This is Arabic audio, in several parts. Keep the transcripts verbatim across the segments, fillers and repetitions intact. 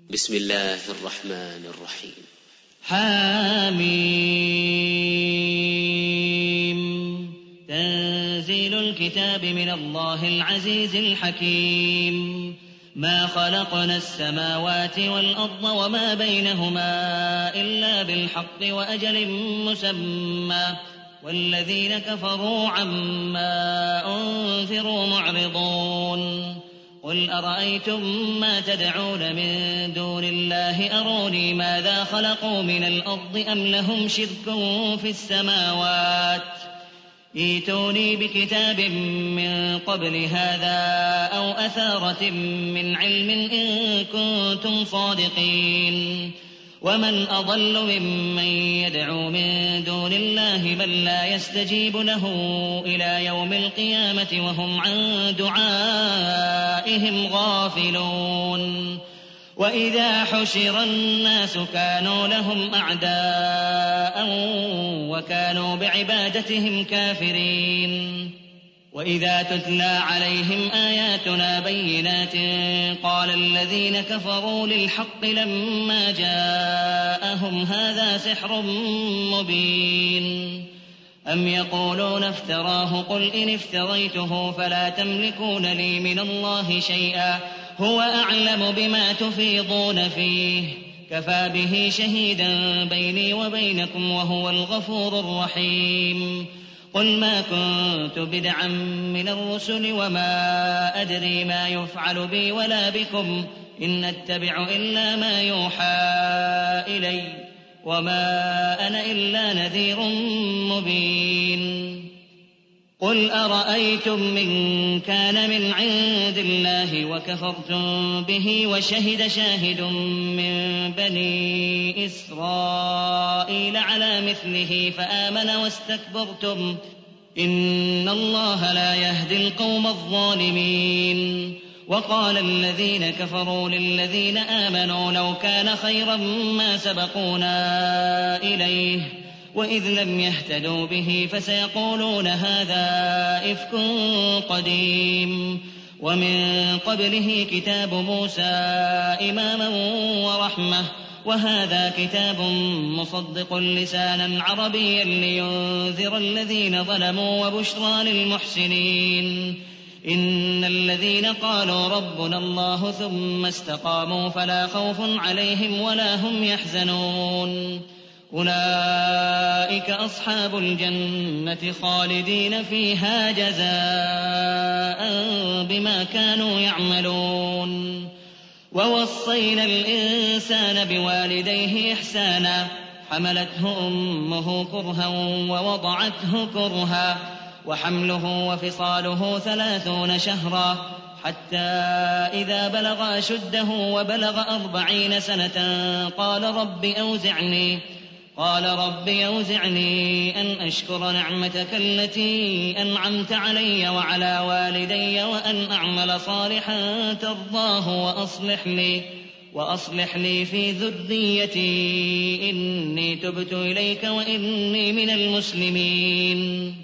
بسم الله الرحمن الرحيم. حاميم. تنزيل الكتاب من الله العزيز الحكيم. ما خلقنا السماوات والأرض وما بينهما إلا بالحق وأجل مسمى والذين كفروا عما أنذروا معرضون. قل أرأيتم ما تدعون من دون الله أروني ماذا خلقوا من الأرض أم لهم شرك في السماوات ائتوني بكتاب من قبل هذا أو أثارة من علم إن كنتم صادقين. ومن أضل ممن يدعو من دون الله من لا يستجيب له إلى يوم القيامة وهم عن دعائهم غافلون. وإذا حشر الناس كانوا لهم أعداء وكانوا بعبادتهم كافرين. وإذا تتلى عليهم آياتنا بينات قال الذين كفروا للحق لما جاءهم هذا سحر مبين. أم يقولون افتراه قل إن افتريته فلا تملكون لي من الله شيئا هو أعلم بما تفيضون فيه كفى به شهيدا بيني وبينكم وهو الغفور الرحيم. قل ما كنت بدعا من الرسل وما أدري ما يفعل بي ولا بكم إن أتبع إلا ما يوحى إلي وما أنا إلا نذير مبين. قل أرأيتم من كان من عند الله وكفرتم به وشهد شاهد من بني إسرائيل على مثله فآمن واستكبرتم إن الله لا يهدي القوم الظالمين. وقال الذين كفروا للذين آمنوا لو كان خيرا ما سبقونا إليه وإذ لم يهتدوا به فسيقولون هذا إفك قديم. ومن قبله كتاب موسى إماما ورحمة وهذا كتاب مصدق لسانا عربيا لينذر الذين ظلموا وبشرى للمحسنين. إن الذين قالوا ربنا الله ثم استقاموا فلا خوف عليهم ولا هم يحزنون. أولئك أصحاب الجنة خالدين فيها جزاء بما كانوا يعملون. ووصينا الإنسان بوالديه إحسانا حملته أمه كرها ووضعته كرها وحمله وفصاله ثلاثون شهرا حتى إذا بلغ أشده وبلغ أربعين سنة قال رب أوزعني قال رب أوزعني أن أشكر نعمتك التي أنعمت علي وعلى والدي وأن أعمل صالحا ترضاه وأصلح لي وأصلح لي في ذريتي إني تبت إليك وإني من المسلمين.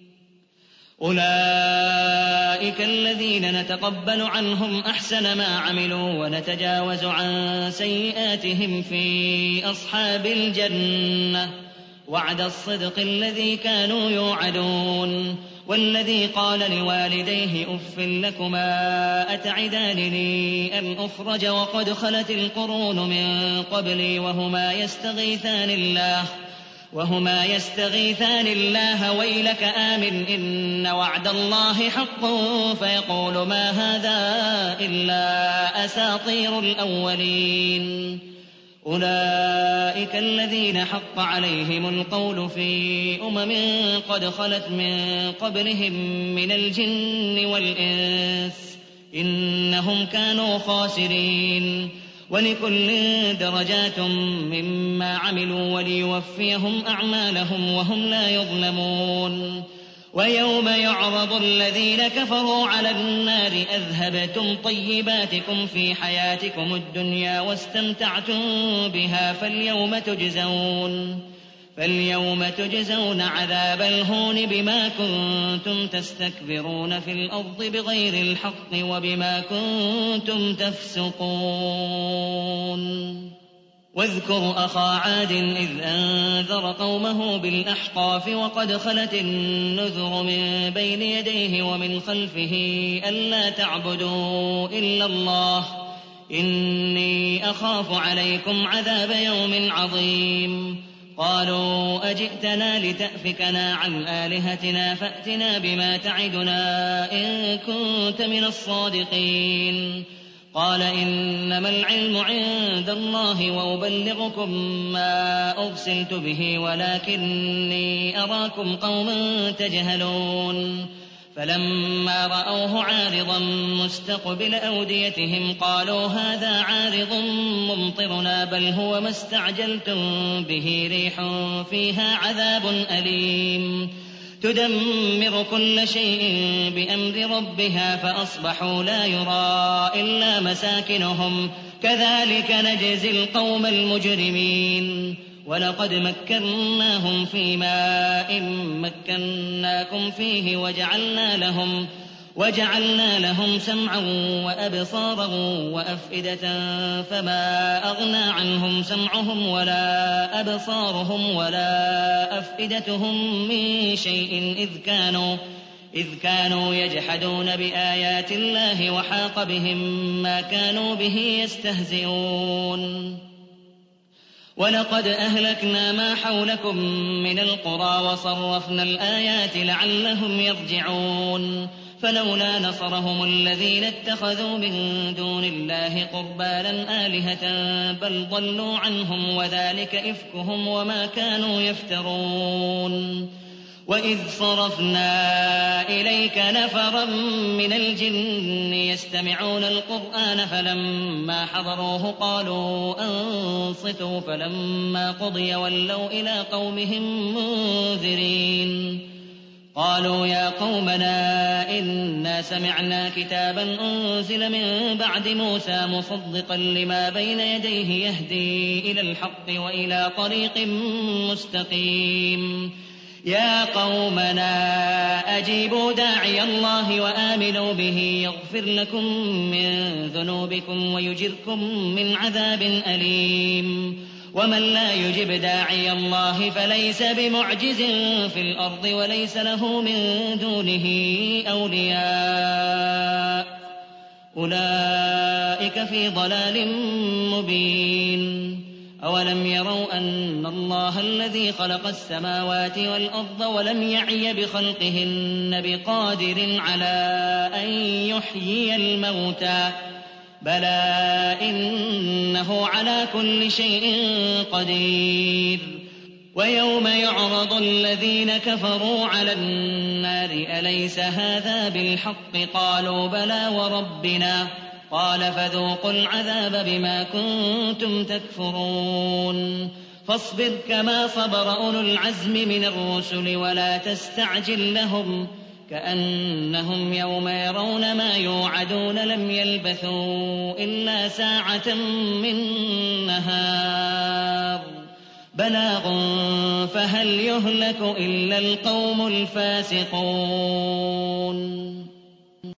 أولئك الذين نتقبل عنهم أحسن ما عملوا ونتجاوز عن سيئاتهم في أصحاب الجنة وعد الصدق الذي كانوا يوعدون. والذي قال لوالديه أف لكما أتعدانني أن أخرج وقد خلت القرون من قبلي وهما يستغيثان الله وهما يستغيثان الله ويلك آمن إن وعد الله حق فيقول ما هذا إلا أساطير الأولين. أولئك الذين حق عليهم القول في أمم قد خلت من قبلهم من الجن والإنس إنهم كانوا خاسرين. ولكل درجات مما عملوا وليوفيهم أعمالهم وهم لا يظلمون. ويوم يعرض الذين كفروا على النار أذهبتم طيباتكم في حياتكم الدنيا واستمتعتم بها فاليوم تجزون فاليوم تجزون عذاب الهون بما كنتم تستكبرون في الأرض بغير الحق وبما كنتم تفسقون. واذكر أخا عاد إذ أنذر قومه بالأحقاف وقد خلت النذر من بين يديه ومن خلفه ألا تعبدوا إلا الله إني أخاف عليكم عذاب يوم عظيم قالوا أجئتنا لتأفكنا عن آلهتنا فأتنا بما تعدنا إن كنت من الصادقين قال إنما العلم عند الله وأبلغكم ما أرسلت به ولكني أراكم قوما تجهلون فلما رأوه عارضا مستقبل أوديتهم قالوا هذا عارض ممطرنا بل هو ما استعجلتم به ريح فيها عذاب أليم تدمر كل شيء بأمر ربها فأصبحوا لا يرى إلا مساكنهم كذلك نجزي القوم المجرمين ولقد مكناهم في ماء مكناكم فيه وجعلنا لهم وجعلنا لهم سمعا وأبصارا وأفئدة فما أغنى عنهم سمعهم ولا أبصارهم ولا أفئدتهم من شيء إذ كانوا إذ كانوا يجحدون بآيات الله وحاق بهم ما كانوا به يستهزئون ولقد أهلكنا ما حولكم من القرى وصرفنا الآيات لعلهم يرجعون فلولا نصرهم الذين اتخذوا من دون الله قربانا آلهة بل ضلوا عنهم وذلك إفكهم وما كانوا يفترون وإذ صرفنا إليك نفرا من الجن يستمعون القرآن فلما حضروه قالوا أنصتوا فلما قضي ولوا إلى قومهم منذرين قالوا يا قومنا إنا سمعنا كتابا أنزل من بعد موسى مصدقا لما بين يديه يهدي إلى الحق وإلى طريق مستقيم يا قومنا أجيبوا داعي الله وآمنوا به يغفر لكم من ذنوبكم ويجركم من عذاب أليم ومن لا يجب داعي الله فليس بمعجز في الأرض وليس له من دونه أولياء أولئك في ضلال مبين أولم يروا أن الله الذي خلق السماوات والأرض ولم يعي بخلقهن بقادر على أن يحيي الموتى بلى إنه على كل شيء قدير ويوم يعرض الذين كفروا على النار أليس هذا بالحق قالوا بلى وربنا قال فذوقوا العذاب بما كنتم تكفرون فاصبر كما صبر أولو العزم من الرسل ولا تستعجل لهم كأنهم يوم يرون ما يوعدون لم يلبثوا إلا ساعة من نهار بلاغ فهل يهلك إلا القوم الفاسقون